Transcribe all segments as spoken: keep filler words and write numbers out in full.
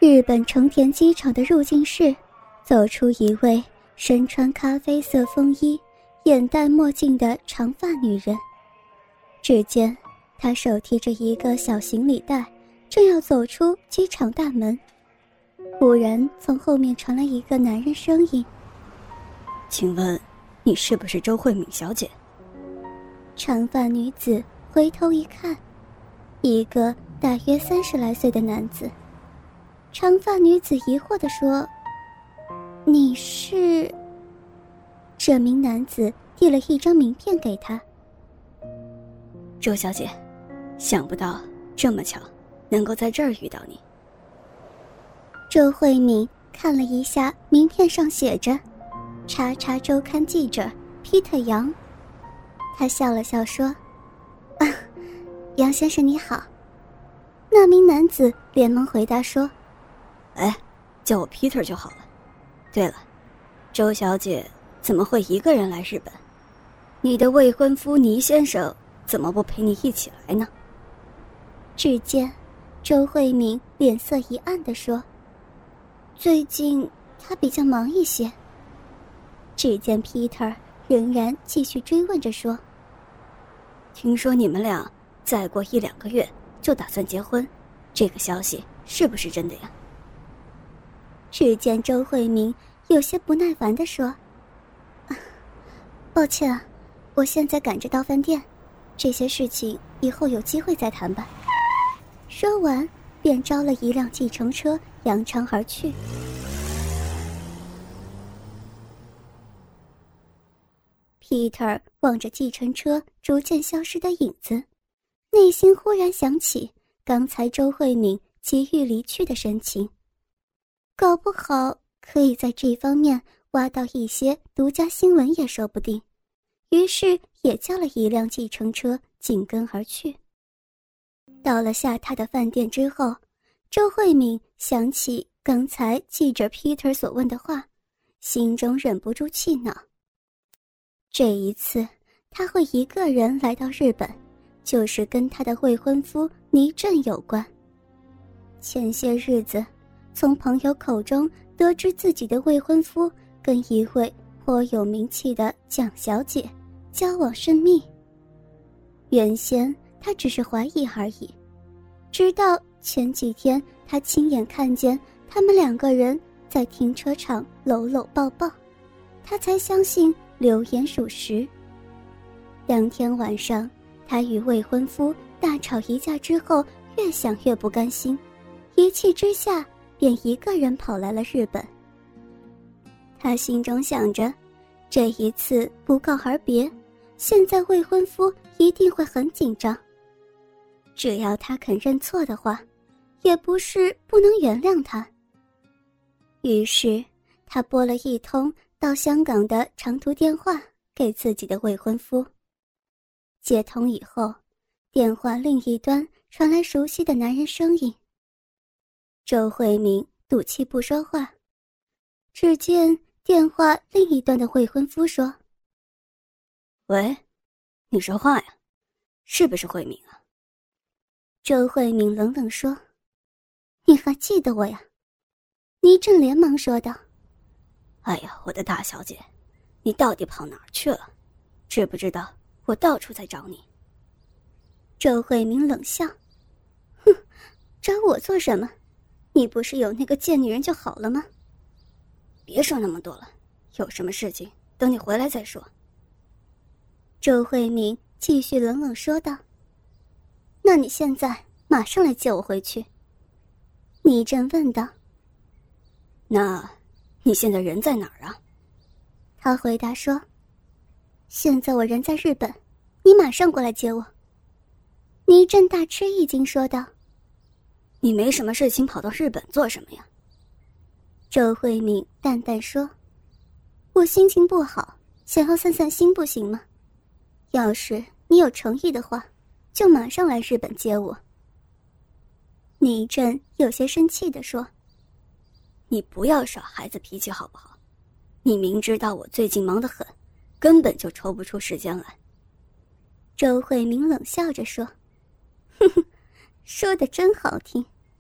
日本成田机场的入境室，走出一位身穿咖啡色风衣、眼戴墨镜的长发女人。只见她手提着一个小行李袋，正要走出机场大门。忽然从后面传来一个男人声音： 请问你是不是周慧敏小姐？ 长发女子回头一看，一个大约三十来岁的男子。长发女子疑惑地说：你是？这名男子递了一张名片给她。 周小姐，想不到这么巧能够在这儿遇到你。 周慧敏看了一下名片上写着叉叉周刊记者皮特杨，他笑了笑说：啊，杨先生你好。那名男子连忙回答说： 哎，叫我 Peter 就好了。对了，周小姐怎么会一个人来日本？你的未婚夫倪先生怎么不陪你一起来呢？ 只见周慧敏脸色一暗地说：最近他比较忙一些。只见 Peter 仍然继续追问着说： 听说你们俩再过一两个月就打算结婚，这个消息是不是真的呀？ 只见周慧敏有些不耐烦地说：啊，抱歉啊，我现在赶着到饭店，这些事情以后有机会再谈吧。说完便招了一辆计程车扬长而去。Peter 望着计程车逐渐消失的影子，内心忽然想起刚才周慧敏急于离去的神情，搞不好可以在这方面挖到一些独家新闻也说不定，于是也叫了一辆计程车紧跟而去。到了下榻的饭店之后，周慧敏想起刚才记者 Peter 所问的话，心中忍不住气恼。这一次他会一个人来到日本，就是跟他的未婚夫倪震有关。前些日子从朋友口中得知自己的未婚夫跟一位颇有名气的蒋小姐交往甚密，原先他只是怀疑而已，直到前几天他亲眼看见他们两个人在停车场搂搂抱抱，他才相信流言属实。当天晚上他与未婚夫大吵一架之后，越想越不甘心，一气之下便一个人跑来了日本。他心中想着，这一次不告而别，现在未婚夫一定会很紧张，只要他肯认错的话，也不是不能原谅他。于是他拨了一通到香港的长途电话给自己的未婚夫。接通以后，电话另一端传来熟悉的男人声音。周慧敏赌气不说话，只见电话另一端的未婚夫说： 喂，你说话呀，是不是慧敏啊？ 周慧敏冷冷说：你还记得我呀？倪震连忙说道： 哎呀，我的大小姐，你到底跑哪儿去了？知不知道我到处在找你？ 周慧敏冷笑：哼，找我做什么？你不是有那个贱女人就好了吗？ 别说那么多了，有什么事情等你回来再说。 周慧敏继续冷冷说道：那你现在马上来接我回去。倪震问道： 那你现在人在哪儿啊？ 他回答说：现在我人在日本，你马上过来接我。倪震大吃一惊说道： 你没什么事情跑到日本做什么呀？ 周慧敏淡淡说：我心情不好，想要散散心不行吗？要是你有诚意的话，就马上来日本接我。倪震有些生气地说： 你不要耍孩子脾气好不好？你明知道我最近忙得很，根本就抽不出时间来。 周慧敏冷笑着说：哼哼，说得真好听，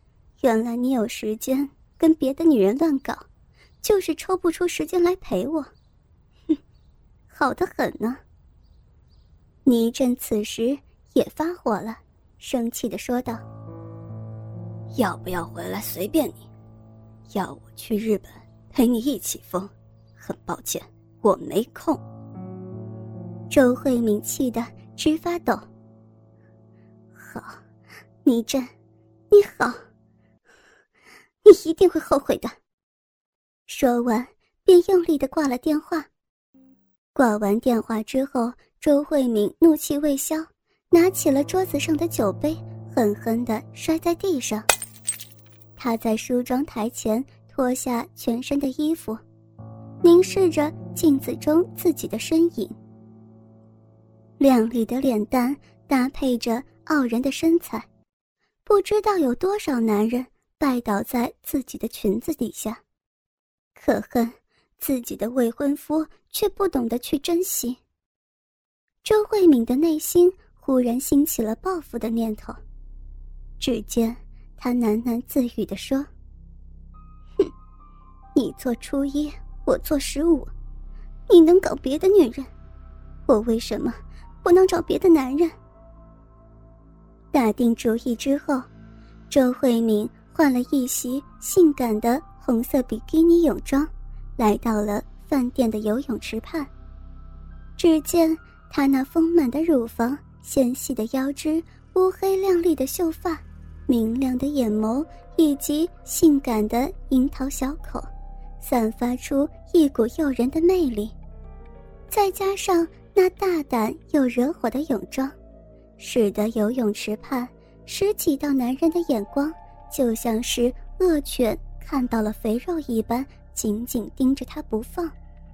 原来你有时间跟别的女人乱搞，就是抽不出时间来陪我。哼，好得很呢。倪震此时也发火了，生气地说道： 要不要回来随便你，要我去日本陪你一起疯，很抱歉，我没空。 周慧敏气得直发抖。好，倪震，你好，你一定会后悔的。说完便用力地挂了电话。挂完电话之后，周慧敏怒气未消，拿起了桌子上的酒杯，狠狠地摔在地上。她在梳妆台前脱下全身的衣服，凝视着镜子中自己的身影。亮丽的脸蛋搭配着傲人的身材，不知道有多少男人拜倒在自己的裙子底下，可恨自己的未婚夫却不懂得去珍惜。周慧敏的内心忽然兴起了报复的念头，只见她喃喃自语地说：哼，你做初一，我做十五，你能搞别的女人，我为什么不能找别的男人？打定主意之后，周慧敏换了一袭性感的红色比基尼泳装，来到了饭店的游泳池畔。只见她那丰满的乳房、纤细的腰肢、乌黑亮丽的秀发、明亮的眼眸以及性感的樱桃小口，散发出一股诱人的魅力。再加上那大胆又惹火的泳装，使得游泳池畔十几道男人的眼光就像是恶犬看到了肥肉一般，紧紧盯着他不放。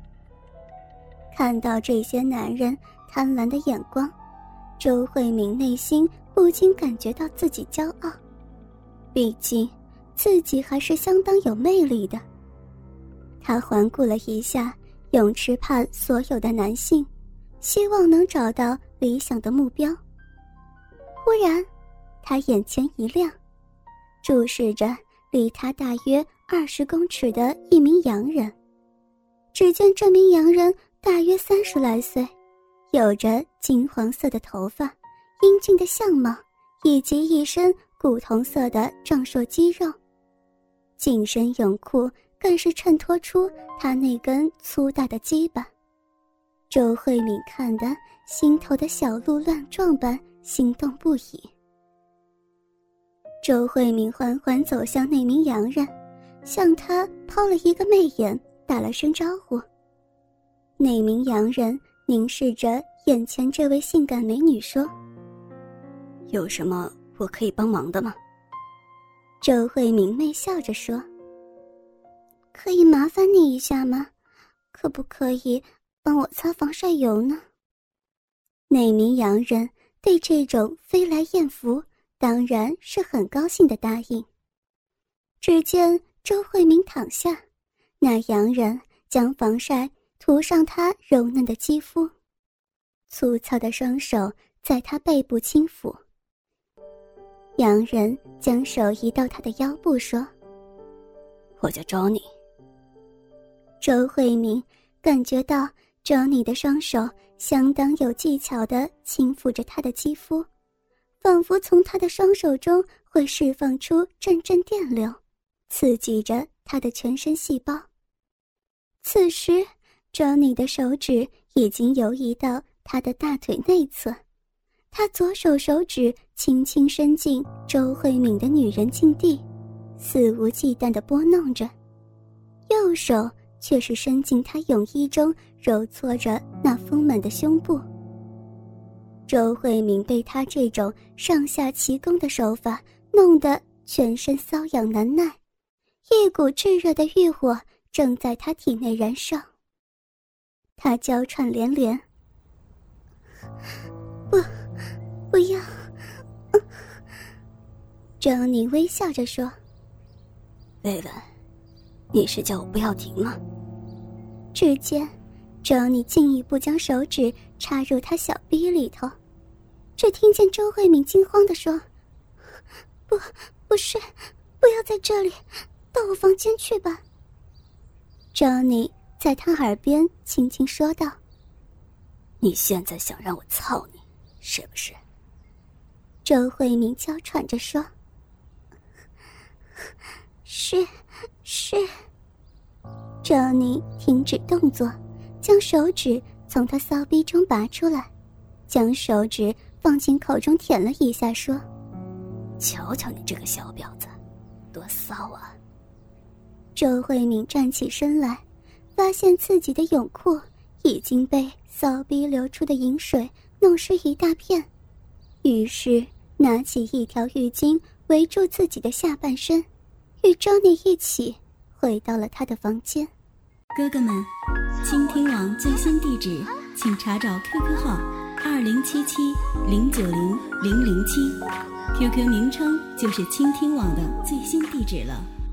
看到这些男人贪婪的眼光，周慧敏内心不禁感觉到自己骄傲，毕竟自己还是相当有魅力的。她环顾了一下泳池畔所有的男性，希望能找到理想的目标。忽然她眼前一亮，注视着离她大约二十公尺的一名洋人。只见这名洋人大约三十来岁，有着金黄色的头发、英俊的相貌以及一身古铜色的壮硕肌肉，紧身泳裤更是衬托出他那根粗大的鸡巴。周慧敏看得心头的小鹿乱撞般心动不已。周慧敏缓缓走向那名洋人，向他抛了一个媚眼，打了声招呼。那名洋人凝视着眼前这位性感美女说： 有什么我可以帮忙的吗？ 周慧敏媚笑着说：可以麻烦你一下吗？可不可以帮我擦防晒油呢？那名洋人对这种飞来艳福当然是很高兴的答应。只见周慧敏躺下，那洋人将防晒涂上她柔嫩的肌肤，粗糙的双手在她背部轻抚。洋人将手移到她的腰部说： 我叫周妮。 周慧敏感觉到周妮的双手相当有技巧地轻抚着她的肌肤，仿佛从她的双手中会释放出阵阵电流，刺激着她的全身细胞。此时周妮的手指已经游移到她的大腿内侧，她左手手指轻轻伸进周慧敏的女人境地，肆无忌惮地拨弄着，右手却是伸进她泳衣中揉搓着那丰满的胸部。周慧敏被她这种上下齐攻的手法弄得全身瘙痒难耐，一股炙热的欲火正在她体内燃烧。她娇喘连连：不，不要！周妮微笑着说： 薇薇，你是叫我不要停吗？ 只见周妮进一步将手指插入她小逼里头，只听见周慧敏惊慌地说：不，不是，不要在这里，到我房间去吧。赵妮在他耳边轻轻说道。 你现在想让我操你，是不是？ 周慧敏娇喘着说。是是。赵妮停止动作，将手指从他骚逼中拔出来，将手指放进口中舔了一下，说： 瞧瞧你这个小婊子，多骚啊！ 周慧敏站起身来，发现自己的泳裤已经被骚逼流出的饮水弄湿一大片，于是拿起一条浴巾围住自己的下半身，与周妮一起回到了他的房间。 哥哥们，倾听网最新地址请查找 Q Q 号二零七七零九零零零七 ，Q Q 名称就是倾听网的最新地址了。